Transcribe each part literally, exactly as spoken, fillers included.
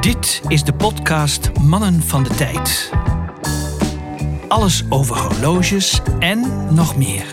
Dit is de podcast Mannen van de Tijd. Alles over horloges en nog meer.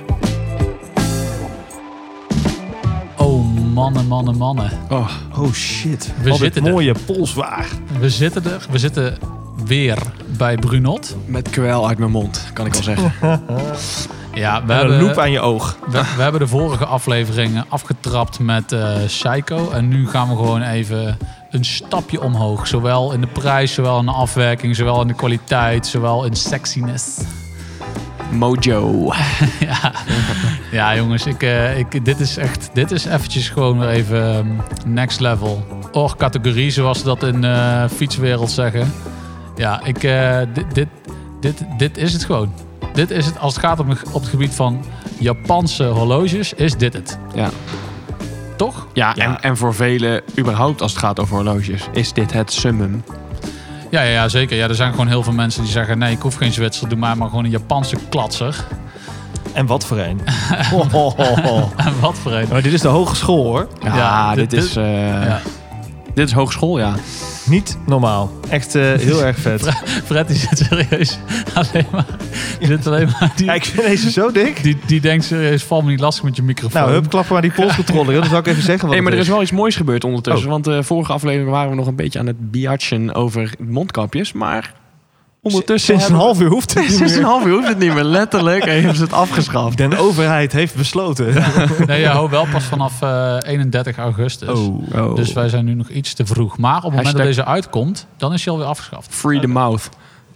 Oh, mannen, mannen, mannen. Oh, oh shit. We Wat zitten een er. mooie polswaar. We zitten er. We zitten weer bij Brunot. Met kwel uit mijn mond, kan ik al zeggen. Ja, we En hebben, een loep aan je oog. we, we hebben de vorige afleveringen afgetrapt met uh, Psycho. En nu gaan we gewoon even een stapje omhoog. Zowel in de prijs, zowel in de afwerking, zowel in de kwaliteit, zowel in sexiness. Mojo. ja. ja, jongens, ik, uh, ik, dit is echt, dit is eventjes gewoon weer even um, next level. Or categorie, zoals ze dat in de uh, fietswereld zeggen. Ja, ik, uh, dit, dit, dit, dit is het gewoon. Dit is het, als het gaat op, op het gebied van Japanse horloges, is dit het. Ja. Toch? Ja, Ja. En, en voor velen, überhaupt als het gaat over horloges, is dit het summum. Ja, ja, ja, zeker. Ja, er zijn gewoon heel veel mensen die zeggen, nee, ik hoef geen Zwitser, doe maar maar gewoon een Japanse klatser. En wat voor een? oh, oh, oh, oh. En wat voor een. Maar dit is de hogeschool, hoor. Ja, Ja, dit, dit- is... uh, Ja. Dit is hogeschool, ja. Niet normaal. Echt uh, heel erg vet. Fred, die zit serieus alleen maar... Die zit alleen maar... Die, Ja, ik vind deze zo dik. die, die denkt serieus, val me niet lastig met je microfoon. Nou, hup, klappen maar die polscontrole. Dat zou ik even zeggen wat Hey, maar er het is wel iets moois gebeurd ondertussen. Oh. Want de vorige aflevering waren we nog een beetje aan het biatchen over mondkapjes. Maar ondertussen... Sinds een hebben we- half uur hoeft het niet Sinds een meer. half uur hoeft het niet meer. Letterlijk hebben ze het afgeschaft. De overheid heeft besloten. Nee, ja, ho, wel pas vanaf uh, eenendertig augustus. Oh. Oh. Dus wij zijn nu nog iets te vroeg. Maar op het moment dat Hashtag- deze uitkomt, dan is hij alweer afgeschaft. Free the mouth.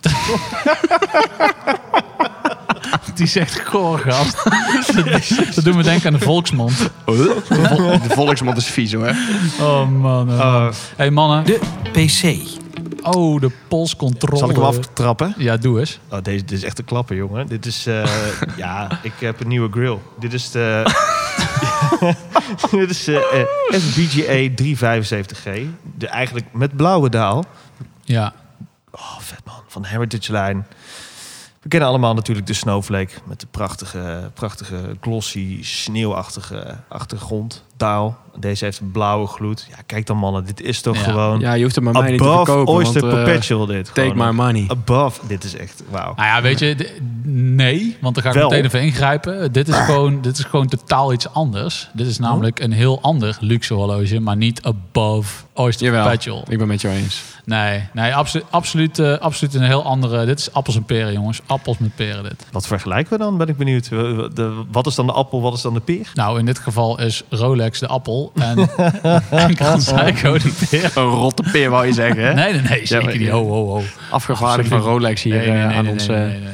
Die zegt goor, gast. dat, dat doet me denken aan de volksmond. De volksmond is vies, hoor. Oh man. Oh. Uh, Hey mannen. De P C. Oh, de polscontrole. zal ik hem aftrappen? Ja, doe eens. Oh, deze, dit is echt een klapper, jongen. Dit is... Uh, ja, ik heb een nieuwe grill. Dit is de... dit is uh, uh, S B G A driehonderdvijfenzeventig G. De, eigenlijk met blauwe daal. Ja. Oh, vet man. Van de Heritage lijn. We kennen allemaal natuurlijk de Snowflake. Met de prachtige, prachtige glossy, sneeuwachtige achtergrond. Daal. Deze heeft een blauwe gloed. Ja, kijk dan mannen. Dit is toch Ja. gewoon... Ja, je hoeft het maar mij niet te above verkopen. Oyster want, uh, Perpetual dit. Take Gewoon, my money. Above. Dit is echt... Wauw. Nou ja, weet je, d- nee, want dan ga ik Wel. meteen even ingrijpen. Dit is, gewoon, dit is gewoon totaal iets anders. Dit is namelijk een heel ander luxe horloge, maar niet above Oyster Jawel, Perpetual. ik ben met jou eens. Nee, nee absolu- absoluut, uh, absoluut een heel andere... Dit is appels en peren, jongens. Appels met peren, dit. Wat vergelijken we dan? Ben ik benieuwd. De, wat is dan de appel? Wat is dan de peer? Nou, in dit geval is Rolex de appel en, en Grand Seiko de peer. Een rotte peer, wou je zeggen, hè? Nee, nee, nee, zeker maar- niet. Ho, ho, ho. Afgevaardigd van Absoluut. Rolex hier Nee, nee, uh, nee, aan nee, ons... nee, uh, nee, nee, nee,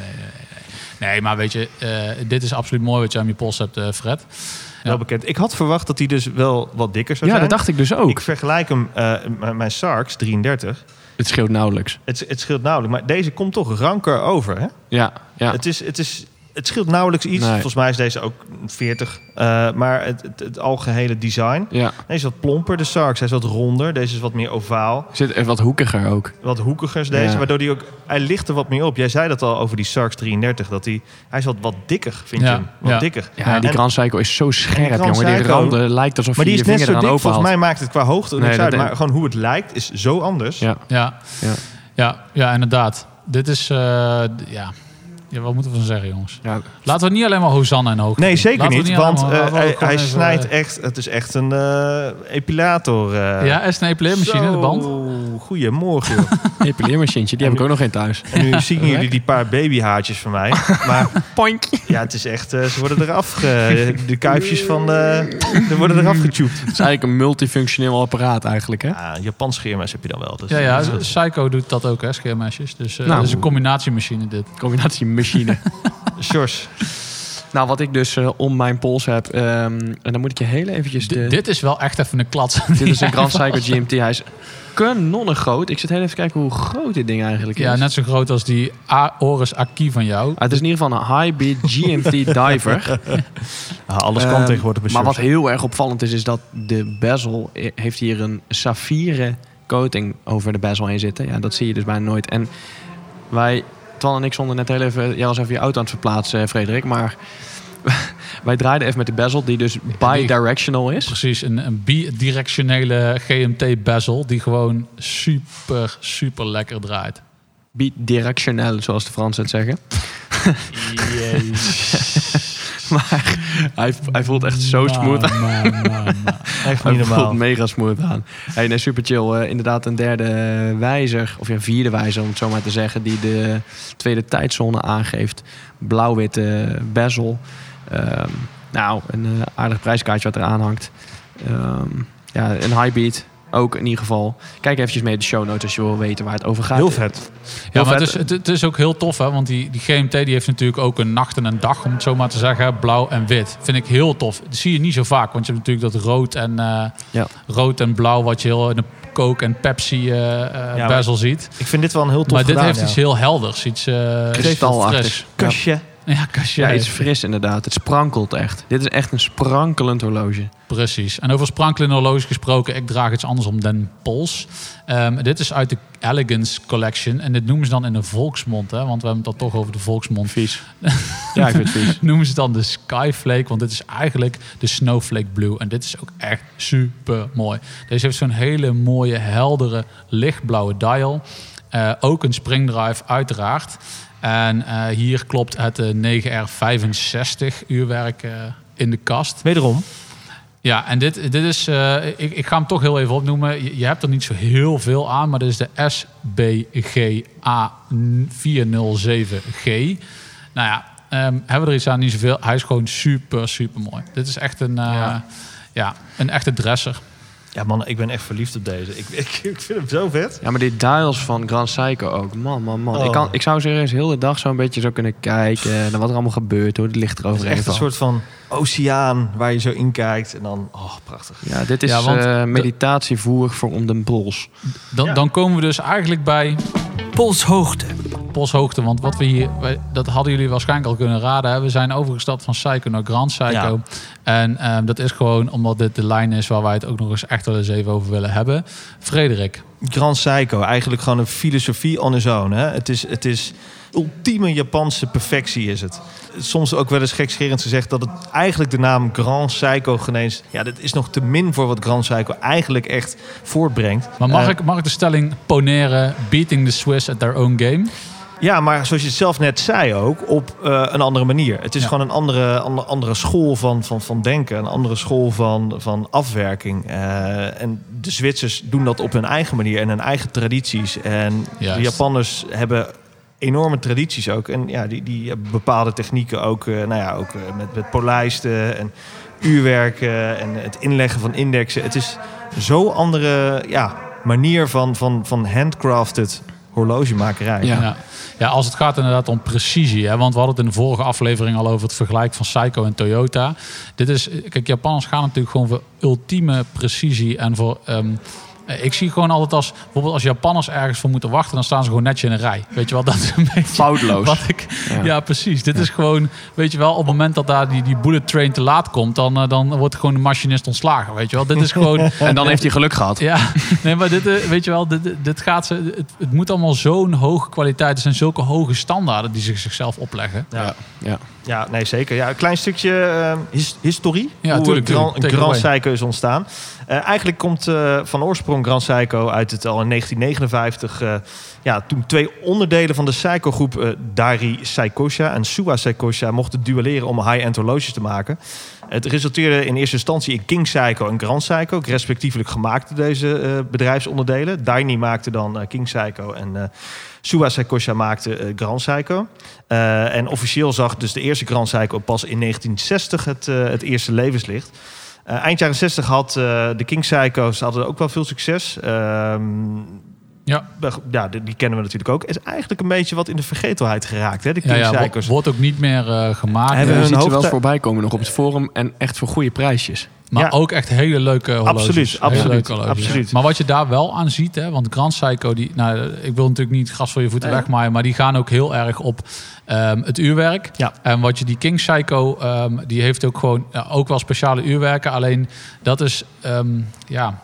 nee. Nee, maar weet je, uh, dit is absoluut mooi wat je aan je pols hebt, uh, Fred. Ja. Wel bekend. Ik had verwacht dat hij dus wel wat dikker zou Ja, zijn. dat dacht ik dus ook. Ik vergelijk hem uh, met mijn Sarks drieëndertig. Het scheelt nauwelijks. Het, het scheelt nauwelijks. Maar deze komt toch ranker over, hè? Ja, ja. Het, is, het, is, het scheelt nauwelijks iets. Nee. Volgens mij is deze ook veertig. Uh, maar het, het, het algehele design. ja. Deze is wat plomper, de Sarks. Hij is wat ronder. Deze is wat meer ovaal. Zit even wat hoekiger ook. Wat hoekiger is deze. Ja. Waardoor hij ook... Hij ligt er wat meer op. Jij zei dat al over die Sarks drieëndertig. Dat hij, hij is wat, wat dikker, vind Ja. je hem? Wat Ja. dikker. Ja, die En- Grand Seiko is zo scherp, Grand jongen. Die Seiko- randen lijkt alsof Maar je die je is net vinger zo eraan dik. Volgens openhaalt. mij maakt het qua hoogte Nee, niks dat uit. denk- Maar gewoon hoe het lijkt is zo anders. Ja. Ja, Ja. ja, ja, inderdaad. Dit is, uh, d- ja. ja, wat moeten we van zeggen, jongens? Ja. Laten we niet alleen maar Hosanna en hoog. Nee, zeker Laten we niet. alleen Want maar- uh, laten we hij, gewoon hij even, snijdt uh, echt... Het is echt een uh, epilator. Uh. Ja, is een epileermachine, de band. Goedemorgen, joh. Epileermachientje, die heb ik ook nog geen thuis. En nu zien jullie die paar babyhaartjes van mij. Maar Poink. ja, het is echt... Uh, ze worden eraf... Ge, de kuifjes van... Uh, er worden eraf getubed. Het is eigenlijk een multifunctioneel apparaat eigenlijk, hè? Ja, een Japans scheermes heb je dan wel. Dus Ja, ja, dat is- Psycho doet dat ook, hè, scheermesjes. Dus uh, Nou. dat is een combinatiemachine, dit. Combinatie machine. Sjors. Nou, wat ik dus uh, om mijn pols heb... Um, en dan moet ik je heel eventjes... D- De, dit is wel echt even een klats. dit is een Grand Seiko G M T. Hij is kanonnig groot. Ik zit heel even kijken hoe groot dit ding eigenlijk is. Ja, net zo groot als die A- Oris Aki van jou. Ah, het is in ieder geval een high-beat G M T diver. Ja, alles kan Ehm, tegenwoordig bij Maar wat Sjors. heel erg opvallend is, is dat de bezel eh, heeft hier een saffieren coating over de bezel heen zitten. Ja, dat zie je dus bijna nooit. En wij, Twan en ik, stonden net heel even... Jij was even je auto aan het verplaatsen, Frederik. Maar Wij draaiden even met de bezel, die dus bidirectional is. Precies, een, een bidirectionele G M T bezel die gewoon super, super lekker draait. Bidirectioneel, zoals de Fransen het zeggen. Maar hij, hij voelt echt zo smooth aan. Man, man, man. Echt Hij niet normaal. voelt mega smooth aan. Hey, nee, super chill. Uh, inderdaad een derde wijzer, of ja, vierde wijzer om het zo maar te zeggen, die de tweede tijdzone aangeeft. Blauw-witte bezel. Um, nou, een uh, aardig prijskaartje wat eraan hangt. Um, ja, een high beat. Ook in ieder geval. Kijk eventjes mee in de show notes als je wil weten waar het over gaat. Heel vet. Ja, maar vet. het is, het, het is ook heel tof, hè? Want die, die G M T die heeft natuurlijk ook een nacht en een dag, om het zo maar te zeggen. Blauw en wit. Vind ik heel tof. Dat zie je niet zo vaak, want je hebt natuurlijk dat rood en, uh, Ja. rood en blauw wat je heel in de Coke en Pepsi uh, uh, maar- bezel ziet. Ik vind dit wel een heel tof Maar dit gedaan, heeft ja. iets heel helders. Iets uh, Kristalachtig. fris. Kusje. Ja, kastje. Ja, iets fris inderdaad. Het sprankelt echt. Dit is echt een sprankelend horloge. Precies. En over sprankelende horloges gesproken, ik draag iets anders om den pols. Um, dit is uit de Elegance Collection. En dit noemen ze dan in de volksmond, hè? Want we hebben het dan toch over de volksmond. Vies. Ja, ik vind het vies. Noemen ze dan de Skyflake, want dit is eigenlijk de Snowflake Blue. En dit is ook echt super mooi. Deze heeft zo'n hele mooie, heldere, lichtblauwe dial. Uh, ook een springdrive, uiteraard. En uh, hier klopt het uh, negen R vijfenzestig uurwerk uh, in de kast. Wederom. Ja, en dit, dit is... Uh, ik, ik ga hem toch heel even opnoemen. Je, je hebt er niet zo heel veel aan, maar dit is de S B G A vierhonderdzeven G. Nou ja, um, hebben we er iets aan? Niet zoveel. Hij is gewoon super, super mooi. Dit is echt een, uh, ja. Ja, een echte dresser. Ja man, ik ben echt verliefd op deze. Ik, ik, ik vind hem zo vet. Ja, maar die dials van Grand Psycho ook. Man, man, man. Oh. Ik, kan, ik zou serieus heel de dag zo een beetje zo kunnen kijken naar wat er allemaal gebeurt, hoe het licht Het erover is echt een soort van oceaan waar je zo in kijkt. En dan, oh, prachtig. Ja, dit is Ja, want uh, de- meditatievoer voor om den pols. Dan, Ja. dan komen we dus eigenlijk bij Polshoogte. polshoogte. Want wat we hier, wij- dat hadden jullie waarschijnlijk al kunnen raden. Hè? We zijn overgestapt van Psycho naar Grand Psycho. En ehm, dat is gewoon omdat dit de lijn is waar wij het ook nog eens echt wel eens even over willen hebben. Frederik. Grand Psycho, eigenlijk gewoon een filosofie on its own. Hè? Het is, het is ultieme Japanse perfectie is het. Soms ook wel eens gekscherend gezegd dat het eigenlijk de naam Grand Psycho genees. Ja, dat is nog te min voor wat Grand Psycho eigenlijk echt voortbrengt. Maar mag, Eh, ik, mag ik de stelling poneren? Beating the Swiss at their own game? Ja, maar zoals je het zelf net zei ook, op uh, een andere manier. Het is Ja. gewoon een andere, andere, andere school van, van, van denken. Een andere school van, van afwerking. Uh, en de Zwitsers doen dat op hun eigen manier en hun eigen tradities. En Juist. de Japanners hebben enorme tradities ook. En ja, die, die hebben bepaalde technieken ook, uh, nou ja, ook uh, met, met polijsten en uurwerken en het inleggen van indexen. Het is zo'n andere ja, manier van, van, van handcrafted horlogemakerij. Ja. Ja. Ja, als het gaat inderdaad om precisie. Hè, want we hadden het in de vorige aflevering al over het vergelijk van Psycho en Toyota. Dit is, kijk, Japanners gaan natuurlijk gewoon voor ultieme precisie. En voor, um, ik zie gewoon altijd als, bijvoorbeeld als Japanners ergens voor moeten wachten, dan staan ze gewoon netjes in een rij. Weet je wel, dat is een beetje Foutloos. wat ik. Ja. Ja, precies. Dit is gewoon, weet je wel, op het moment dat daar die, die bullet train te laat komt, dan, uh, dan wordt gewoon de machinist ontslagen. Weet je wel, dit is gewoon. En dan heeft hij geluk gehad. Ja, nee, maar dit, uh, weet je wel, dit, dit gaat ze. Het, het moet allemaal zo'n hoge kwaliteit. Er zijn zulke hoge standaarden die ze zichzelf opleggen. Ja. Ja. Ja, nee, zeker. Ja, een klein stukje uh, his- historie. Ja, hoe tuurlijk, Grand, tuurlijk. Take Grand it away. Psycho is ontstaan. Uh, eigenlijk komt uh, van oorsprong Grand Psycho uit het al in negentien negenenvijftig. Uh, ja, toen twee onderdelen van de Psycho-groep, uh, Dari Seikosha en Suwa Seikosha, mochten duelleren om high-end horloges te maken. Het resulteerde in eerste instantie in King Psycho en Grand Psycho. Ook respectievelijk gemaakte deze uh, bedrijfsonderdelen. Daini maakte dan uh, King Psycho en uh, Suwa Seikosha maakte uh, Grand Psycho. Uh, en officieel zag dus de eerste Grand Psycho pas in negentien zestig het, uh, het eerste levenslicht. Uh, eind jaren zestig had uh, de King Psycho's hadden ook wel veel succes. Um, Ja. Ja, die, die kennen we natuurlijk ook. Is eigenlijk een beetje wat in de vergetelheid geraakt, hè? De King Ja, ja, wo- Psycho's. wordt ook niet meer uh, gemaakt. Hebben Je hun ziet ze wel hoofd- eens voorbij komen nog op het forum en echt voor goede prijsjes. Maar Ja. ook echt hele leuke horloges. Absoluut, Hele absoluut, leuke horloges. absoluut. Maar wat je daar wel aan ziet, hè, want Grand Psycho, die, nou, ik wil natuurlijk niet het gras voor je voeten Nee. wegmaaien, maar die gaan ook heel erg op um, het uurwerk. Ja. En wat je die King Psycho, um, die heeft ook gewoon ja, ook wel speciale uurwerken. Alleen dat is, um, ja,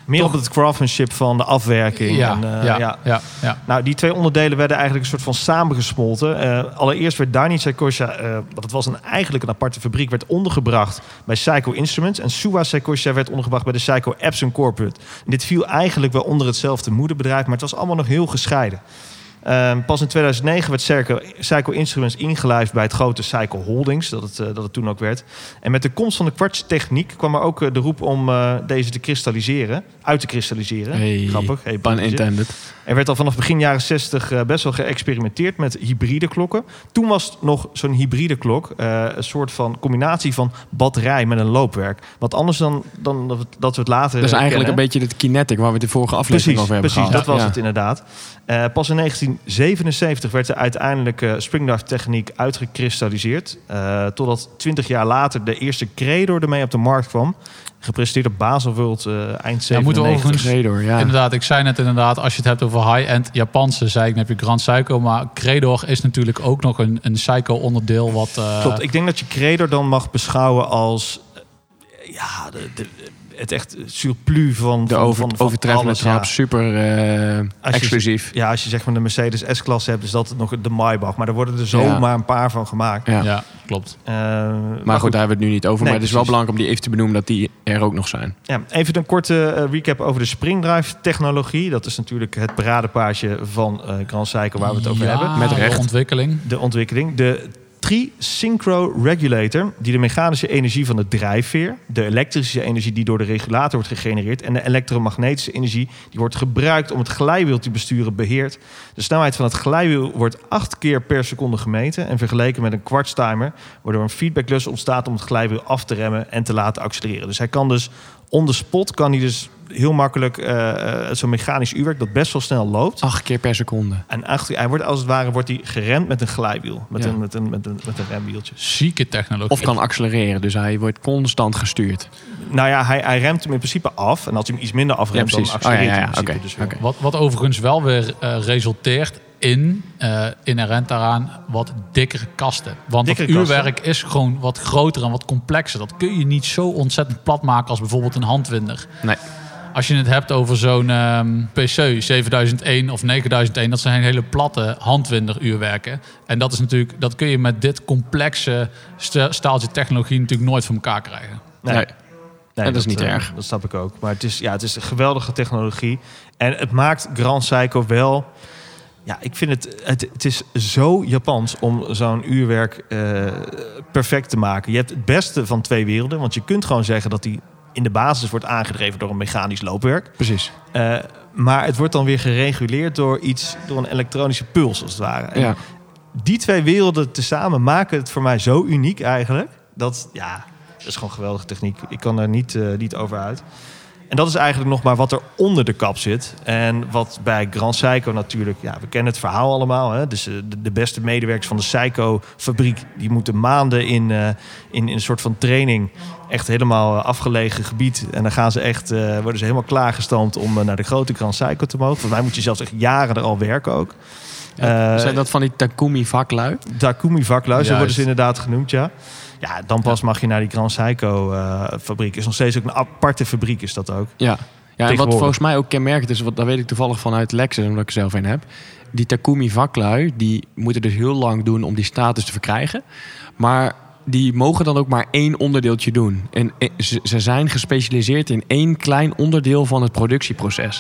Meer toch, op het craftsmanship van de afwerking. Ja, en, uh, ja, ja. ja, ja. Nou, die twee onderdelen werden eigenlijk een soort van samengesmolten. Uh, allereerst werd Daini Saikosha, uh, want het was een, eigenlijk een aparte fabriek, werd ondergebracht bij Seiko Instruments. En Suwa Saikosha werd ondergebracht bij de Seiko Epson Corporate. En dit viel eigenlijk wel onder hetzelfde moederbedrijf, maar het was allemaal nog heel gescheiden. Uh, pas in tweeduizend negen werd Seiko, Seiko Instruments ingelijfd bij het grote Seiko Holdings, dat het, uh, dat het toen ook werd. En met de komst van de kwartstechniek kwam er ook uh, de roep om uh, deze te kristalliseren, uit te kristalliseren. Hey, Grappig. Hey, pun intended. Er werd al vanaf begin jaren zestig uh, best wel geëxperimenteerd met hybride klokken. Toen was het nog zo'n hybride klok, uh, een soort van combinatie van batterij met een loopwerk. Wat anders dan, dan dat, we, dat we het later Dat is eigenlijk kennen. een beetje het kinetic waar we de vorige aflevering Precies, over hebben precies gehad. dat was Ja. het inderdaad. Uh, pas in negentien zevenenzeventig werd de uiteindelijke springdive techniek uitgekristalliseerd. Uh, totdat twintig jaar later de eerste Credor ermee op de markt kwam. Gepresenteerd op Basel World uh, eind Ja, moeten we zevenennegentig. overigens, Credor, ja. inderdaad, ik zei net inderdaad, als je het hebt over high-end Japanse, zei ik, dan heb je Grand Seiko, maar Credor is natuurlijk ook nog een, een Seiko-onderdeel wat... Uh, Klopt, ik denk dat je Credor dan mag beschouwen als uh, ja, de, de, het echt surplus van De van, over, van, van overtreffende alles, trap, ja. super uh, Als je- exclusief. Ja, als je zeg maar de Mercedes S-klasse hebt, is dat nog de Maybach. Maar er worden er zomaar Ja. een paar van gemaakt. Ja. ja, klopt. Uh, Maar goed, daar hebben we het nu niet over. Nee, maar het is wel precies. belangrijk om die even te benoemen dat die er ook nog zijn. Ja, even een korte uh, recap over de springdrive technologie. Dat is natuurlijk het paradepaardje van uh, Grand Seiko waar we het over Ja, hebben. Met recht. de ontwikkeling. De ontwikkeling. De Tri-Synchro Regulator, die de mechanische energie van de drijfveer, de elektrische energie die door de regulator wordt gegenereerd en de elektromagnetische energie die wordt gebruikt om het glijwiel te besturen, beheert. De snelheid van het glijwiel wordt acht keer per seconde gemeten en vergeleken met een kwartstimer, waardoor een feedbacklus ontstaat om het glijwiel af te remmen en te laten accelereren. Dus hij kan dus on the spot, kan hij dus heel makkelijk uh, zo'n mechanisch uurwerk dat best wel snel loopt. Acht keer per seconde. En achter, hij wordt als het ware wordt hij geremd met een glijwiel, met, Ja. een, met, een, met, een, met een remwieltje. Zieke technologie. Of kan accelereren, dus hij wordt constant gestuurd. Nou ja, hij, hij remt hem in principe af. En als hij hem iets minder afremt, Ja, dan precies. accelereert Oh, ja, ja, hij in principe oké, dus wel. oké. Wat, wat overigens wel weer uh, resulteert in, uh, inherent daaraan, wat dikkere kasten. Want Dikkere het kasten. uurwerk is gewoon wat groter en wat complexer. Dat kun je niet zo ontzettend plat maken als bijvoorbeeld een handwinder. Nee. Als je het hebt over zo'n um, P C zevenduizend één of negenduizend één, dat zijn hele platte handwinderuurwerken. En dat is natuurlijk, dat kun je met dit complexe st- staaltje technologie natuurlijk nooit voor elkaar krijgen. Nee, Nee. nee, En dat is niet eh, erg. Dat snap ik ook. Maar het is, ja, het is een geweldige technologie. En het maakt Grand Seiko wel... Ja, ik vind het, het... Het is zo Japans om zo'n uurwerk uh, perfect te maken. Je hebt het beste van twee werelden. Want je kunt gewoon zeggen dat die in de basis wordt aangedreven door een mechanisch loopwerk. Precies. Uh, maar het wordt dan weer gereguleerd door iets, door een elektronische puls als het ware. En Ja. die twee werelden tezamen maken het voor mij zo uniek eigenlijk. Dat, ja, dat is gewoon geweldige techniek. Ik kan er niet, uh, niet over uit. En dat is eigenlijk nog maar wat er onder de kap zit. En wat bij Grand Seiko natuurlijk... Ja, we kennen het verhaal allemaal. Hè? Dus uh, de, de beste medewerkers van de Seiko-fabriek... die moeten maanden in, uh, in, in een soort van training... echt helemaal afgelegen gebied. En dan gaan ze echt, uh, worden ze helemaal klaargestoomd... om uh, naar de grote Grand Seiko te mogen. Volgens mij moet je zelfs echt jaren er al werken ook. Ja, Uh, zijn dat van die Takumi vaklui? Takumi vaklui, zo Juist. worden ze inderdaad genoemd, ja. Ja, dan pas mag je naar die Grand Seiko uh, fabriek. Is nog steeds ook een aparte fabriek, is dat ook. Ja. Ja, en wat Tegenwoordig. volgens mij ook kenmerkend is, wat, dat weet ik toevallig vanuit Lexus, omdat ik er zelf een heb. Die Takumi vaklui, die moeten dus heel lang doen om die status te verkrijgen. Maar die mogen dan ook maar één onderdeeltje doen. En eh, ze, ze zijn gespecialiseerd in één klein onderdeel van het productieproces.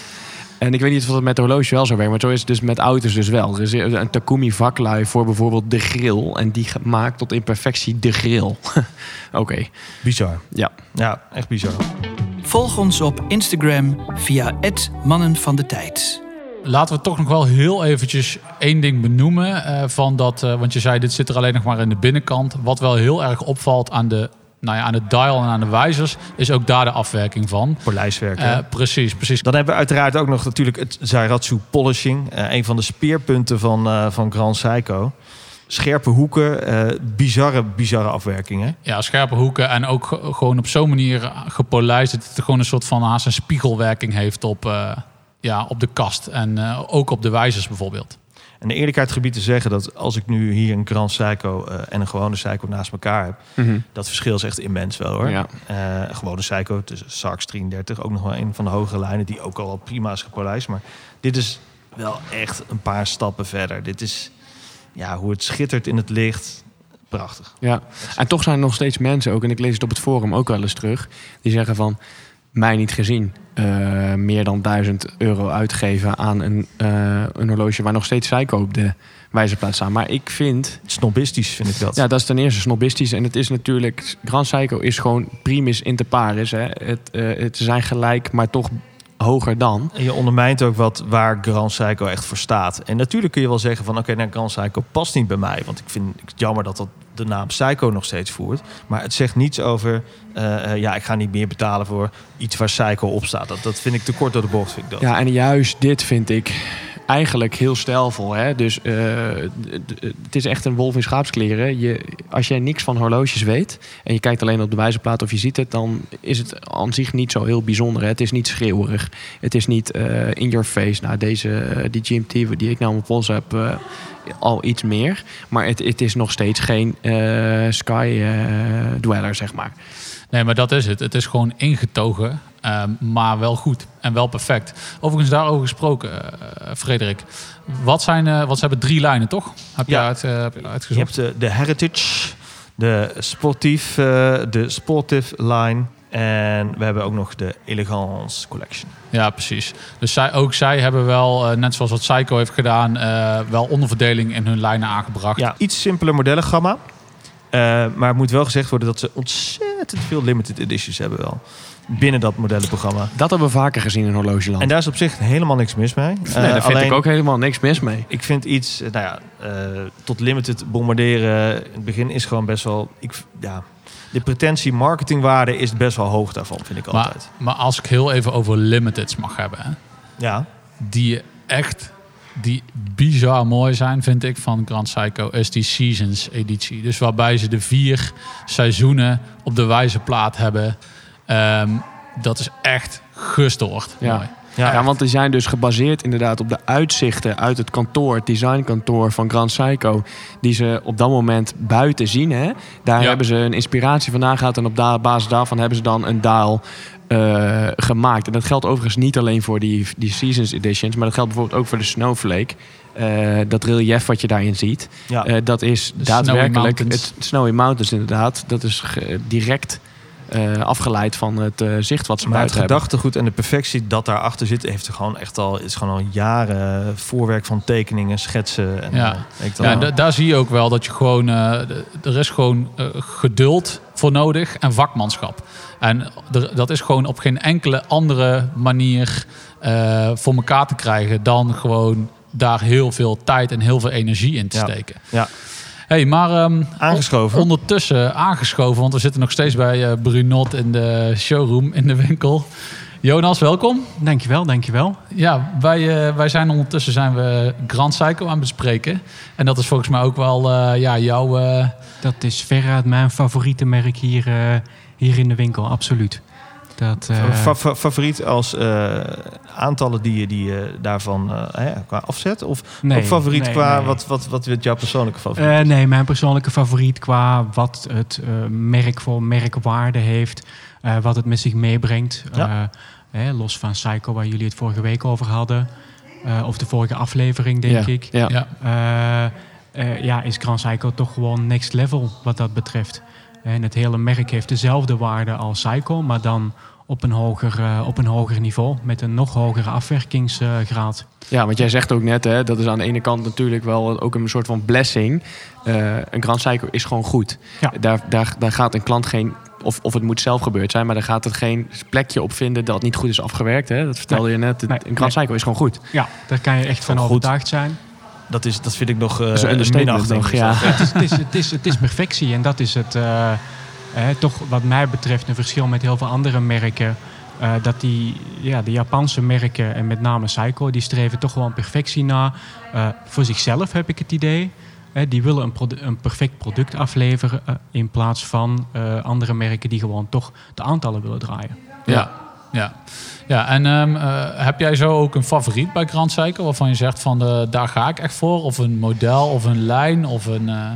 En ik weet niet of dat met de horloge wel zo werkt, maar zo is het dus met auto's dus wel. Er is een Takumi vaklui voor bijvoorbeeld de grill. En die maakt tot in perfectie de grill. Oké, okay. Bizar. Ja. Ja, echt bizar. Volg ons op Instagram via het Mannen van de Tijd. Laten we toch nog wel heel eventjes één ding benoemen. Uh, van dat, uh, want je zei, dit zit er alleen nog maar in de binnenkant. Wat wel heel erg opvalt aan de, nou ja, aan het dial en aan de wijzers... is ook daar de afwerking van. Polijswerk, Uh, precies, precies. Dan hebben we uiteraard ook nog natuurlijk het Zairatsu polishing. Uh, een van de speerpunten van, uh, van Grand Seiko. Scherpe hoeken, uh, bizarre, bizarre afwerkingen. Ja, scherpe hoeken en ook ge- gewoon op zo'n manier gepolijst... dat het gewoon een soort van haast een spiegelwerking heeft op, uh, ja, op de kast. En uh, ook op de wijzers bijvoorbeeld. En de eerlijkheid gebied te zeggen dat als ik nu hier een Grand Seiko uh, en een gewone Seiko naast elkaar heb, Mm-hmm. dat verschil is echt immens wel hoor. Ja. Uh, een gewone Seiko, dus Sarks drieëndertig, ook nog wel een van de hogere lijnen die ook al wel prima is gepolijst. Maar dit is wel echt een paar stappen verder. Dit is ja, hoe het schittert in het licht. Prachtig. Ja, en toch zijn er nog steeds mensen ook, en ik lees het op het forum ook wel eens terug, die zeggen van, mij niet gezien, uh, meer dan duizend euro uitgeven aan een, uh, een horloge waar nog steeds Seiko op de wijzerplaat staan. Maar ik vind... Snobistisch vind ik dat. Ja, dat is ten eerste snobistisch. En het is natuurlijk... Grand Seiko is gewoon primus inter pares. Hè. Het, uh, het zijn gelijk, maar toch hoger dan. En je ondermijnt ook wat waar Grand Seiko echt voor staat. En natuurlijk kun je wel zeggen van... oké, okay, nou, Grand Seiko past niet bij mij. Want ik vind het jammer dat dat de naam Seiko nog steeds voert. Maar het zegt niets over... Uh, uh, ja, ik ga niet meer betalen voor iets waar Seiko op staat. Dat, dat vind ik te kort door de bocht, vind ik dat. Ja, en juist dit vind ik eigenlijk heel stijlvol. Hè? Dus uh, het is echt een wolf in schaapskleren. Je, als jij niks van horloges weet en je kijkt alleen op de wijzerplaat of je ziet het, dan is het aan zich niet zo heel bijzonder. Hè? Het is niet schreeuwerig. Het is niet uh, in your face. Nou, deze, uh, die G M T die ik nou op mijn pols heb, uh, al iets meer. Maar het, het is nog steeds geen uh, sky uh, dweller, zeg maar. Nee, maar dat is het. Het is gewoon ingetogen, uh, maar wel goed en wel perfect. Overigens daarover gesproken, uh, Frederik. Wat zijn, uh, wat ze hebben drie lijnen, toch? Heb je Ja. uit, uh, heb je uitgezocht? Je hebt de, de Heritage, de Sportief, uh, de Sportive line. En we hebben ook nog de Elegance Collection. Ja, precies. Dus zij, ook zij hebben wel, uh, net zoals wat Seiko heeft gedaan, uh, wel onderverdeling in hun lijnen aangebracht. Ja, iets simpeler modellengamma. Uh, maar het moet wel gezegd worden dat ze ontzettend veel limited editions hebben wel. Binnen dat modellenprogramma. Dat hebben we vaker gezien in horlogeland. En daar is op zich helemaal niks mis mee. Nee, daar vind alleen, ik ook helemaal niks mis mee. Ik vind iets, nou ja, uh, tot limited bombarderen in het begin is gewoon best wel... Ik, ja, de pretentie marketingwaarde is best wel hoog daarvan, vind ik maar, altijd. maar als ik heel even over limiteds mag hebben, hè, Ja. die echt... die bizar mooi zijn, vind ik, van Grand Seiko, is die Seasons editie. Dus waarbij ze de vier seizoenen op de wijzerplaat hebben. Um, dat is echt gestoord. Ja. Mooi. Ja, ja, want die zijn dus gebaseerd inderdaad op de uitzichten uit het kantoor, het designkantoor van Grand Seiko, die ze op dat moment buiten zien. Hè? Daar Ja. hebben ze een inspiratie vandaan gehad en op da- basis daarvan hebben ze dan een dial uh, gemaakt. En dat geldt overigens niet alleen voor die, die Seasons editions, maar dat geldt bijvoorbeeld ook voor de Snowflake. Uh, dat relief wat je daarin ziet, Ja. uh, dat is De daadwerkelijk Snowy Mountains. het Snowy Mountains inderdaad. Dat is ge- direct uh, afgeleid van het uh, zicht wat ze Maar het buiten hebben. gedachtegoed en de perfectie dat daarachter zit, heeft er gewoon echt al, is gewoon al jaren voorwerk van tekeningen, schetsen. En, Ja. uh, weet ik Ja, dan d- daar zie je ook wel dat je gewoon... Uh, d- er is gewoon uh, geduld voor nodig en vakmanschap. En er, dat is gewoon op geen enkele andere manier uh, voor elkaar te krijgen dan gewoon daar heel veel tijd en heel veel energie in te Ja. steken. Ja. Hey, maar um, Aangeschoven. ondertussen aangeschoven, want we zitten nog steeds bij uh, Brunot in de showroom in de winkel. Jonas, welkom. Dankjewel, dankjewel. Ja, wij, uh, wij zijn ondertussen zijn we Grand Seiko aan het bespreken. En dat is volgens mij ook wel uh, ja, jouw... Uh... Dat is veruit mijn favoriete merk hier, uh, hier in de winkel, absoluut. Dat, uh... Fa- fa- favoriet als uh, aantallen die je die, uh, daarvan uh, hè, qua afzet? Of nee, ook favoriet nee, qua nee. Wat, wat, wat jouw persoonlijke favoriet Uh, is? nee, mijn persoonlijke favoriet qua wat het uh, merk voor merkwaarde heeft. Uh, wat het met zich meebrengt. Ja. Uh, eh, los van Seiko, waar jullie het vorige week over hadden. Uh, of de vorige aflevering, denk ja, ik. Ja. Ja. Uh, uh, ja, is Grand Seiko toch gewoon next level wat dat betreft. En het hele merk heeft dezelfde waarde als Seiko, maar dan op een hoger, uh, op een hoger niveau. Met een nog hogere afwerkingsgraad. Ja, want jij zegt ook net, hè, dat is aan de ene kant natuurlijk wel ook een soort van blessing. Uh, een Grand Seiko is gewoon goed. Ja. Daar, daar, daar gaat een klant geen, of, of het moet zelf gebeurd zijn, maar daar gaat het geen plekje op vinden dat niet goed is afgewerkt. Hè? Dat vertelde Nee. je net. Het, Nee. een Grand Nee. Seiko is gewoon goed. Ja, daar kan je echt van Gewoon goed. overtuigd zijn. Dat, is, dat vind ik nog uh, Dat is een understatement minachting. nog, Is ja. dat. het, is, het, is, het, is, het is perfectie en dat is het, uh, eh, toch wat mij betreft een verschil met heel veel andere merken. Uh, dat die, ja, de Japanse merken en met name Seiko, die streven toch gewoon perfectie na. Uh, voor zichzelf heb ik het idee. Uh, die willen een, produ- een perfect product afleveren uh, in plaats van uh, andere merken die gewoon toch de aantallen willen draaien. Ja. Ja, ja en um, uh, heb jij zo ook een favoriet bij Grand Seiko waarvan je zegt van de, daar ga ik echt voor? Of een model of een lijn of een... Uh...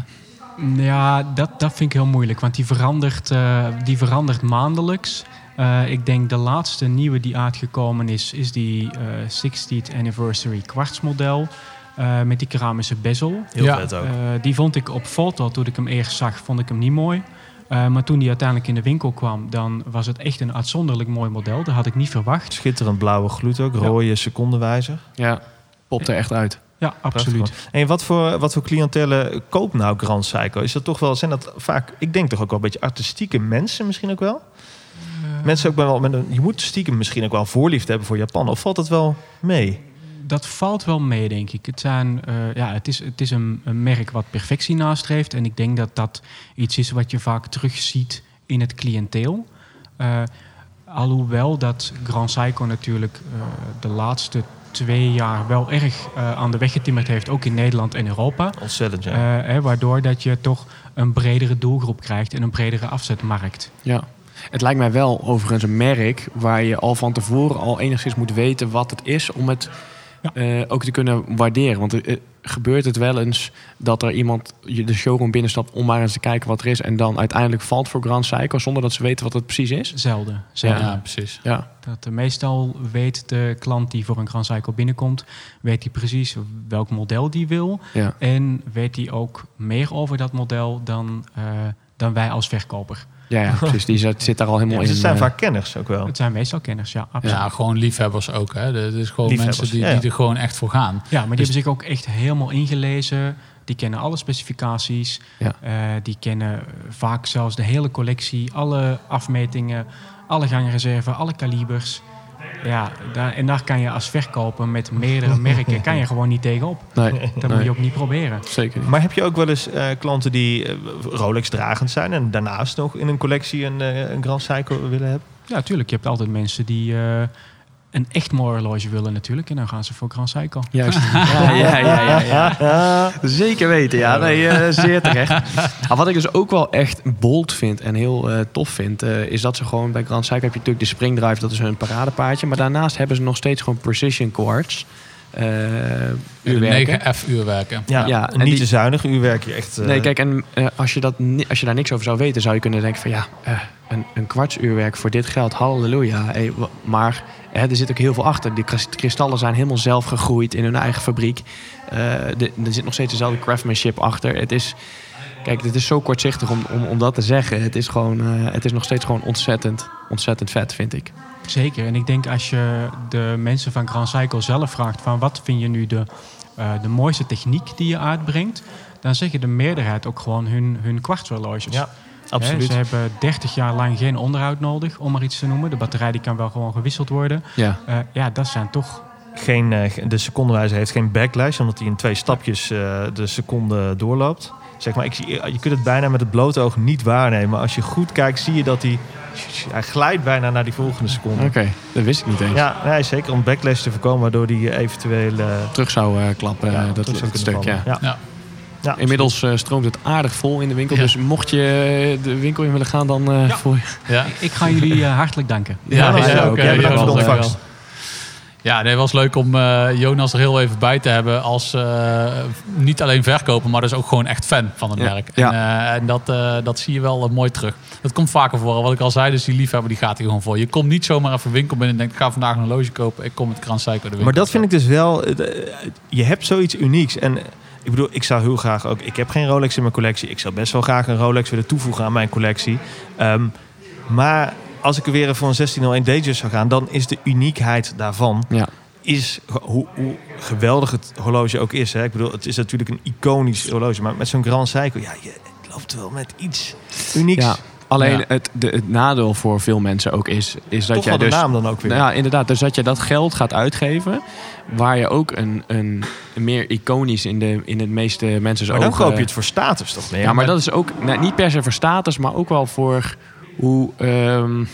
Ja, dat, dat vind ik heel moeilijk, want die verandert, uh, die verandert maandelijks. Uh, ik denk de laatste nieuwe die uitgekomen is, is die uh, zestiende anniversary kwartsmodel. Uh, met die keramische bezel. Heel Ja. vet ook. Uh, die vond ik op foto, toen ik hem eerst zag, vond ik hem niet mooi. Uh, maar toen die uiteindelijk in de winkel kwam, dan was het echt een uitzonderlijk mooi model. Dat had ik niet verwacht. Schitterend blauwe gloed ook. Rode secondenwijzer. Ja, popt er echt uit. Ja, absoluut. En wat voor, wat voor cliëntelen koopt nou Grand Seiko? Is dat toch wel, zijn dat vaak, ik denk toch ook wel een beetje artistieke mensen misschien ook wel? Uh, mensen ook wel met een, je moet stiekem misschien ook wel voorliefde hebben voor Japan. Of valt het wel mee? Dat valt wel mee, denk ik. Het, zijn, uh, ja, het is, het is een, een merk wat perfectie nastreeft. En ik denk dat dat iets is wat je vaak terugziet in het cliënteel. Uh, alhoewel dat Grand Seiko natuurlijk uh, de laatste twee jaar wel erg uh, aan de weg getimmerd heeft. Ook in Nederland en Europa. Ontzettend, ja. Uh, hè, waardoor dat je toch een bredere doelgroep krijgt en een bredere afzetmarkt. Ja. Het lijkt mij wel overigens een merk waar je al van tevoren al enigszins moet weten wat het is om het ja. uh, ook te kunnen waarderen. Want uh, gebeurt het wel eens dat er iemand je de showroom binnenstapt om maar eens te kijken wat er is en dan uiteindelijk valt voor Grand Seiko zonder dat ze weten wat het precies is? Zelden. zelden. Ja, precies. Ja. Dat, uh, meestal weet de klant die voor een Grand Seiko binnenkomt, weet hij precies welk model die wil. Ja. En weet hij ook meer over dat model dan, uh, dan wij als verkoper. Ja, ja, precies. Die zit, zit daar al helemaal Ja, in. dus het zijn uh, vaak kenners ook wel. Het zijn meestal kenners, ja, absoluut. Ja, gewoon liefhebbers ook. Hè. Het is gewoon Liefhebbers, mensen die, ja, ja. die er gewoon echt voor gaan. Ja, maar die Dus- hebben zich ook echt helemaal ingelezen. Die kennen alle specificaties. Ja. Uh, die kennen vaak zelfs de hele collectie, alle afmetingen, alle gangreserve, alle kalibers. Ja, daar, en daar kan je als verkoper met meerdere merken kan je gewoon niet tegenop. Nee, Dat nee, moet je ook niet proberen. zeker niet. Maar heb je ook wel eens uh, klanten die uh, Rolex dragend zijn en daarnaast nog in een collectie een, uh, een Grand Seiko willen hebben? Ja, natuurlijk. Je hebt altijd mensen die uh, een echt mooi horloge willen natuurlijk. En dan gaan ze voor Grand Seiko. Juist. Ja, ja, ja, ja, ja. Zeker weten, ja. Nee, uh, zeer terecht. Maar wat ik dus ook wel echt bold vind en heel uh, tof vind, uh, is dat ze gewoon bij Grand Seiko heb je natuurlijk de springdrive, dat is hun paradepaardje. Maar daarnaast hebben ze nog steeds gewoon precision quartz. Uh, uurwerken. negen F uurwerken. Ja, Ja, en niet die- te zuinig. Uurwerk je echt... Uh, Nee, kijk, en uh, als, je dat ni- als je daar niks over zou weten, zou je kunnen denken van ja, uh, een, een kwartsuurwerk voor dit geld, halleluja. Hey, w- maar hè, er zit ook heel veel achter. Die kris- kristallen zijn helemaal zelf gegroeid in hun eigen fabriek. Uh, de, er zit nog steeds dezelfde craftsmanship achter. Het is, kijk, het is zo kortzichtig om, om, om dat te zeggen. Het is, gewoon, uh, het is nog steeds gewoon ontzettend, ontzettend vet, vind ik. Zeker. En ik denk als je de mensen van Grand Seiko zelf vraagt van wat vind je nu de, uh, de mooiste techniek die je uitbrengt, dan zeggen de meerderheid ook gewoon hun, hun kwartshorloges. Ja, Hè, absoluut. ze hebben dertig jaar lang geen onderhoud nodig, om maar iets te noemen. De batterij die kan wel gewoon gewisseld worden. Ja, Uh, ja, dat zijn toch... Geen, uh, de secondenwijzer heeft geen backlash, omdat hij in twee stapjes uh, de seconde doorloopt. Zeg maar, ik zie, je kunt het bijna met het blote oog niet waarnemen. Maar als je goed kijkt, zie je dat hij, hij glijdt bijna naar die volgende seconde. oké. Okay. Dat wist ik niet eens. Ja, nee, zeker om backlash te voorkomen, waardoor die eventueel uh, Terug zou uh, klappen, ja, uh, dat, terug zou dat kunnen stuk, ja. vallen. Ja. Ja. Ja, Inmiddels uh, stroomt het aardig vol in de winkel. Ja. Dus mocht je de winkel in willen gaan, dan uh, Ja. voor Ja. Ik ga jullie uh, hartelijk danken. Ja, Ja, jij ja, ook, oké. hè, Jij bedankt Jonas, voor de dankjewel. ontvangst. Ja, nee, het was leuk om uh, Jonas er heel even bij te hebben als uh, niet alleen verkoper, maar dus ook gewoon echt fan van het Ja. merk. Ja. En, uh, en dat, uh, dat zie je wel uh, mooi terug. Dat komt vaker voor. Wat ik al zei, dus die liefhebber die gaat hier gewoon voor. Je komt niet zomaar even winkel binnen en denkt, ik ga vandaag een horloge kopen. Ik kom met Grand Seiko de winkel. Maar dat vind ik dus wel... uh, Je hebt zoiets unieks. En uh, ik bedoel, ik zou heel graag ook... Ik heb geen Rolex in mijn collectie. Ik zou best wel graag een Rolex willen toevoegen aan mijn collectie. Um, maar als ik er weer voor een zestienhonderdéén Datejust zou gaan, dan is de uniekheid daarvan... Ja. is hoe, hoe geweldig het horloge ook is. Hè? Ik bedoel, het is natuurlijk een iconisch horloge. Maar met zo'n Grand Seiko, ja, je loopt wel met iets unieks. Ja. Alleen Ja. het, de, het nadeel voor veel mensen ook is, is dat Toch jij wel de dus... naam dan ook weer. Nou ja, inderdaad. Dus dat je dat geld gaat uitgeven, waar je ook een, een, een meer iconisch in, de, in het meeste mensen maar dan ogen... koop je het voor status toch meer? Ja, maar dat is ook nou, niet per se voor status, maar ook wel voor hoe... Um,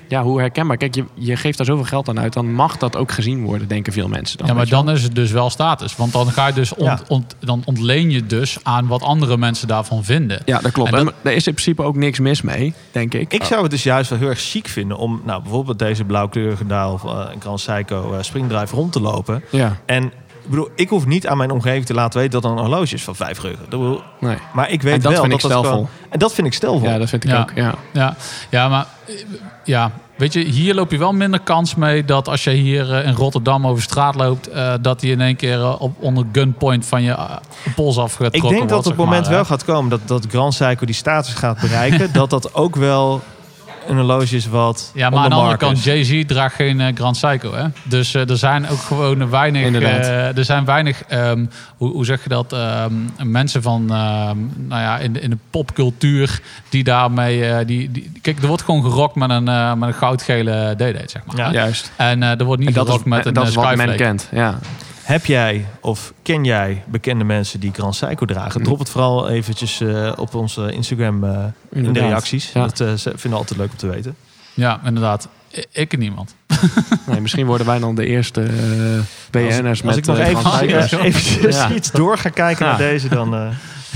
ja, hoe herkenbaar. Kijk, je, je geeft daar zoveel geld aan uit. Dan mag dat ook gezien worden, denken veel mensen. Dan, ja, maar weet je dan wel. is het dus wel status. Want dan ga je dus ont, Ja. ont, dan ontleen je dus aan wat andere mensen daarvan vinden. Ja, dat klopt. En dat- En daar is in principe ook niks mis mee, denk ik. Ik zou het dus juist wel heel erg chic vinden om nou, bijvoorbeeld deze blauwkleurige daal of uh, een Grand Seiko uh, springdrive rond te lopen. Ja, En ik bedoel, ik hoef niet aan mijn omgeving te laten weten dat er een horloge is van vijf ruggen. Dat bedoel, nee. maar ik weet En dat wel vind dat ik dat stijlvol. gewoon- En dat vind ik stelvol. Ja, dat vind ik Ja. ook. Ja. Ja, ja, maar eh, ja, weet je, hier loop je wel minder kans mee dat als je hier eh, in Rotterdam over straat loopt, eh, dat die in één keer eh, op onder gunpoint van je uh, pols afgetrokken Ik wordt. denk dat het zeg moment maar, wel hè. gaat komen dat, dat Grand Seiko die status gaat bereiken. dat dat ook wel een horloge is wat Ja, maar aan de andere ondermarkt kant, is. Jay-Z draagt geen eh, Grand Seiko, hè? Dus eh, er zijn ook gewoon weinig... Inderdaad. eh, er zijn weinig, ehm, hoe, hoe zeg je dat, ehm, mensen van, ehm, nou ja, in de, in de popcultuur die daarmee... eh, die, die, kijk, er wordt gewoon gerokt met een, eh, met een goudgele D-date, zeg maar. Ja. Juist. En eh, er wordt niet En dat is, gerokt met en een dat eh, is wat men skyflake. kent. Ja. Heb jij of ken jij bekende mensen die Grand Seiko dragen? Drop het vooral eventjes uh, op onze Instagram uh, in de Inderdaad. reacties. Ja. Dat uh, vinden we altijd leuk om te weten. Ja, inderdaad. I- Ik en niemand. Nee, misschien worden wij dan de eerste uh, B N'ers Als, met als ik nog uh, even, Grand Seiko's. uh, eventjes Ja. iets door ga kijken Ja. naar deze, dan, uh,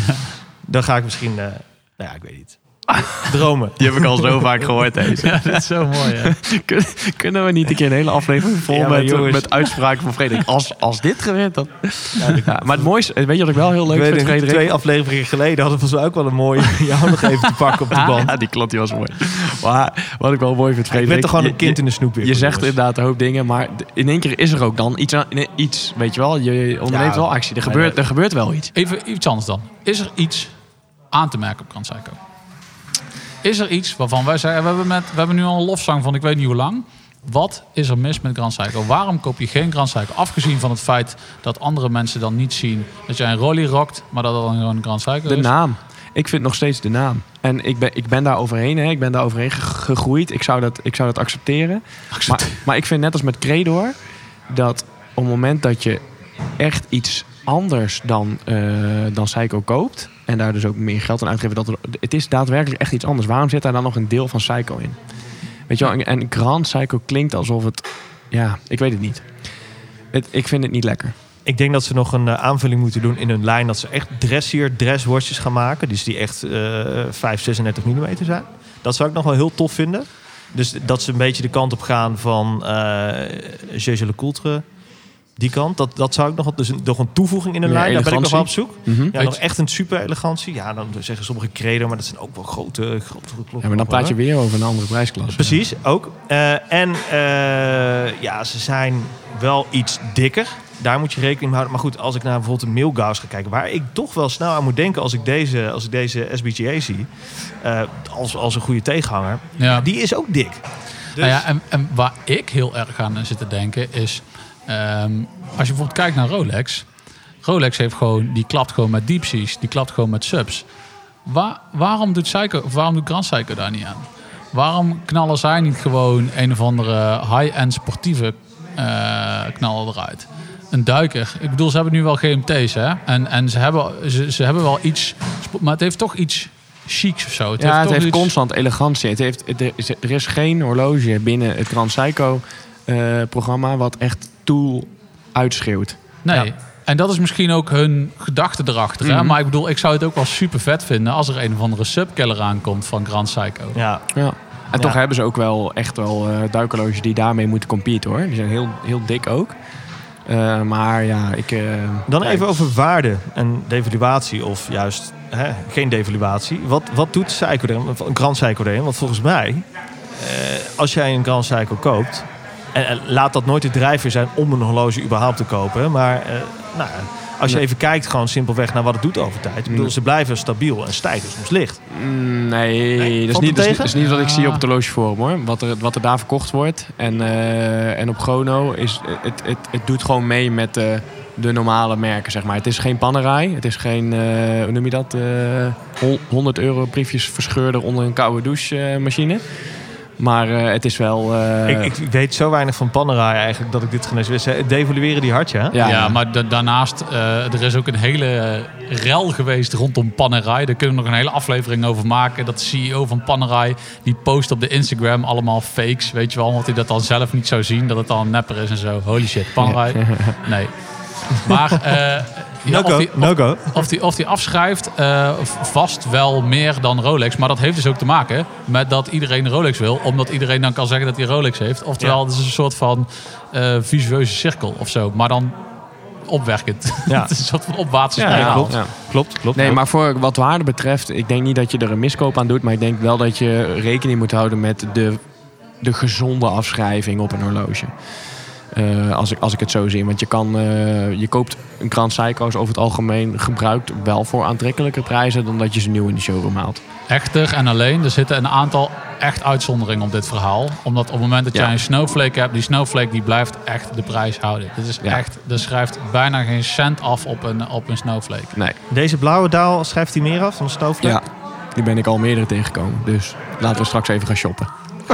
dan ga ik misschien... Uh, nou ja, ik weet niet. Dromen. Die heb ik al zo vaak gehoord, deze. Ja, dat is zo mooi, hè? Kun- Kunnen we niet een keer een hele aflevering vol Ja, maar met, jongens. met uitspraken van Frederik? Als, als dit gebeurt, dan... Ja, maar het mooiste, weet je wat ik wel heel leuk Ik vind, weet, Frederik? twee afleveringen geleden hadden we volgens mij ook wel een mooie... jou nog even te pakken op de band. Ja, die klopt, die was mooi. Maar wat ik wel mooi vind, Ik Frederik... ben toch gewoon je- een kind in de snoepwinkel. Je zegt jongens. inderdaad een hoop dingen, maar d- in één keer is er ook dan iets, aan, iets weet je wel, je onderneemt Ja. wel actie. Er gebeurt, er gebeurt wel iets. Even iets anders dan. Is er iets aan te merken op Grand Seiko? Is er iets waarvan wij zeggen... We hebben, met, we hebben nu al een lofzang van ik weet niet hoe lang. Wat is er mis met Grand Seiko? Waarom koop je geen Grand Seiko? Afgezien van het feit dat andere mensen dan niet zien... dat jij een Rolly rokt, maar dat het dan gewoon een Grand Seiko De is. naam. Ik vind nog steeds de naam. En ik ben, ik ben daar overheen, hè. Ik ben daar overheen ge- gegroeid. Ik zou dat, ik zou dat accepteren. Maar, maar ik vind net als met Credor... dat op het moment dat je echt iets anders dan, uh, dan Seiko koopt... en daar dus ook meer geld aan uitgeven... Dat er, het is daadwerkelijk echt iets anders. Waarom zit daar dan nog een deel van Seiko in? Weet je wel, en, en Grand Seiko klinkt alsof het... Ja, ik weet het niet. Het, ik vind het niet lekker. Ik denk dat ze nog een uh, aanvulling moeten doen in hun lijn. Dat ze echt dressier dresswatches gaan maken. Dus die echt uh, vijf, zesendertig millimeter zijn. Dat zou ik nog wel heel tof vinden. Dus dat ze een beetje de kant op gaan van uh, Jaeger LeCoultre. Die kant. Dat, dat zou ik nog... Dus een, nog een toevoeging in hun Meer lijn. Daar ben ik nog elegantie. wel op zoek. Mm-hmm. Ja, nog echt een super elegantie. Ja, dan zeggen sommige Credo, maar dat zijn ook wel grote, grote klokken. Ja, maar dan praat je weer over een andere prijsklasse. Precies, ook. Uh, en uh, ja, ze zijn wel iets dikker. Daar moet je rekening mee houden. Maar goed, als ik naar bijvoorbeeld een Milgauss ga kijken... waar ik toch wel snel aan moet denken als ik deze, als ik deze S B G A zie... Uh, als, als een goede tegenhanger, Ja. die is ook dik. Dus... Nou ja, en, en waar ik heel erg aan zit te denken is... Um, als je bijvoorbeeld kijkt naar Rolex... Rolex heeft gewoon, die klapt gewoon met deep seas. Die klapt gewoon met subs. Waar, waarom doet Seiko, of waarom doet Grand Seiko daar niet aan? Waarom knallen zij niet gewoon een of andere high-end sportieve uh, knallen eruit? Een duiker. Ik bedoel, ze hebben nu wel G M T's, hè? En, en ze, hebben, ze, ze hebben wel iets... Maar het heeft toch iets chics of zo. Het ja, heeft het toch heeft iets... constant elegantie. Het heeft, het, er, is, er is geen horloge binnen het Grand Seiko uh, programma... wat echt Tool uitschreeuwt. Nee. Ja. En dat is misschien ook hun gedachte erachter. Hè? Mm-hmm. Maar ik bedoel, ik zou het ook wel super vet vinden... als er een of andere subkiller aankomt van Grand Seiko. Ja. Ja. En Ja. toch hebben ze ook wel echt wel uh, duikhorloges die daarmee moeten competen, hoor. Die zijn heel, heel dik ook. Uh, maar ja, ik... Uh, Dan ja, even ik... over waarde en devaluatie of juist hè, geen devaluatie. Wat, wat doet Seiko erin, een Grand Seiko erin? Want volgens mij, uh, als jij een Grand Seiko koopt... En, en laat dat nooit de drijfveer zijn om een horloge überhaupt te kopen. Maar uh, nou, als je nee. even kijkt gewoon simpelweg naar wat het doet over tijd. Ik bedoel, ze blijven stabiel en stijgen soms licht. Mm, nee, Nee? dat, is Valt niet, het dat, is, tegen? dat is niet wat ik Ja. zie op het horlogeforum, hoor. Wat er, wat er daar verkocht wordt. En, uh, en op Chrono is het, het, het doet gewoon mee met uh, de normale merken, zeg maar. Het is geen Panerai. Het is geen, uh, hoe noem je dat? Uh, honderd euro briefjes verscheurder onder een koude douche uh, machine. Maar uh, het is wel... Uh... Ik, ik weet zo weinig van Panerai eigenlijk dat ik dit genees wist. Devalueren die hartje, hè? Ja, ja, maar da- daarnaast, uh, er is ook een hele rel geweest rondom Panerai. Daar kunnen we nog een hele aflevering over maken. Dat de C E O van Panerai, die post op de Instagram allemaal fakes. Weet je wel, omdat hij dat dan zelf niet zou zien. Dat het dan een nepper is en zo. Holy shit, Panerai. Nee. Maar... Uh, Ja, no of, go, die, no of, go. of, die, of die afschrijft, uh, vast wel meer dan Rolex. Maar dat heeft dus ook te maken met dat iedereen een Rolex wil. Omdat iedereen dan kan zeggen dat hij een Rolex heeft. Oftewel, ja. Het is een soort van uh, visueuze cirkel of zo. Maar dan opwerkend. Ja. Het is een soort van opwaartse ja, spiraal. ja, klopt. Ja. klopt, klopt. Nee, klopt. maar voor wat waarde betreft, ik denk niet dat je er een miskoop aan doet. Maar ik denk wel dat je rekening moet houden met de, de gezonde afschrijving op een horloge. Uh, als, ik, als ik het zo zie. Want je kan, uh, je koopt een Grand Seiko's over het algemeen gebruikt wel voor aantrekkelijke prijzen dan dat je ze nieuw in de showroom haalt. Echter en alleen, er zitten een aantal echt uitzonderingen op dit verhaal. Omdat op het moment dat ja. jij een Snowflake hebt, die Snowflake die blijft echt de prijs houden. Dit is ja. echt, er schrijft bijna geen cent af op een, op een Snowflake. Nee. Deze blauwe daal schrijft hij meer af dan de Snowflake? Ja, die ben ik al meerdere tegengekomen. Dus laten we straks even gaan shoppen.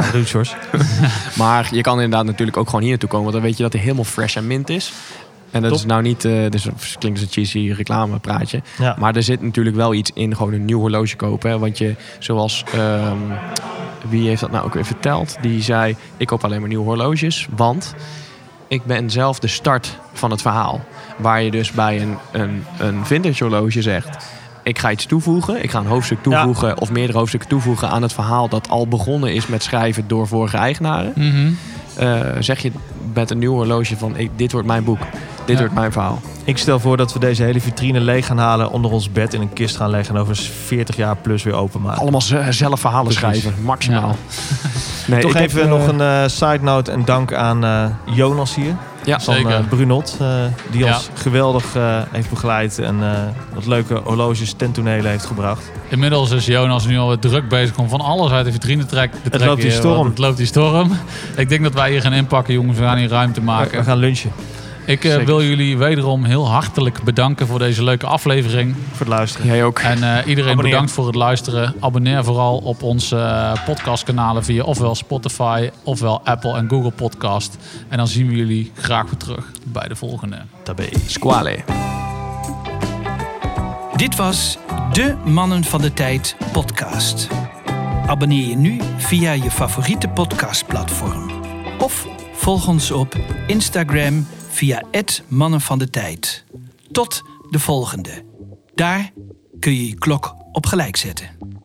Maar je kan inderdaad natuurlijk ook gewoon hier naartoe komen. Want dan weet je dat hij helemaal fresh en mint is. En dat Top. is nou niet... Uh, dus het klinkt als een cheesy reclamepraatje. Ja. Maar er zit natuurlijk wel iets in gewoon een nieuw horloge kopen. Hè? Want je, zoals... Um, wie heeft dat nou ook weer verteld? Die zei, ik koop alleen maar nieuwe horloges. Want ik ben zelf de start van het verhaal. Waar je dus bij een, een, een vintage horloge zegt... Ik ga iets toevoegen. Ik ga een hoofdstuk toevoegen ja. of meerdere hoofdstukken toevoegen aan het verhaal dat al begonnen is met schrijven door vorige eigenaren. Mm-hmm. Uh, zeg je met een nieuw horloge van ik, dit wordt mijn boek. Dit ja. wordt mijn verhaal. Ik stel voor dat we deze hele vitrine leeg gaan halen, onder ons bed in een kist gaan leggen en over veertig jaar plus weer openmaken. Allemaal z- zelf verhalen Precies. schrijven, maximaal. Ja. Nee, Toch even heb, nog uh, een uh, side note en dank aan uh, Jonas hier. Ja, van zeker. Uh, Brunot, uh, die ja. ons geweldig uh, heeft begeleid en uh, wat leuke horloges ten tonele heeft gebracht. Inmiddels is Jonas nu alweer druk bezig om van alles uit de vitrine te trekken. Het loopt die storm. Het loopt die storm. Ik denk dat wij hier gaan inpakken, jongens. We gaan hier ruimte maken. We, we gaan lunchen. Ik uh, wil jullie wederom heel hartelijk bedanken voor deze leuke aflevering. Voor het luisteren. Jij ook. En uh, iedereen Abonneer. bedankt voor het luisteren. Abonneer vooral op onze uh, podcastkanalen via ofwel Spotify ofwel Apple en Google Podcast. En dan zien we jullie graag weer terug bij de volgende. Tabé. Squale. Dit was de Mannen van de Tijd podcast. Abonneer je nu via je favoriete podcastplatform. Of volg ons op Instagram via het Mannen van de Tijd. Tot de volgende. Daar kun je je klok op gelijk zetten.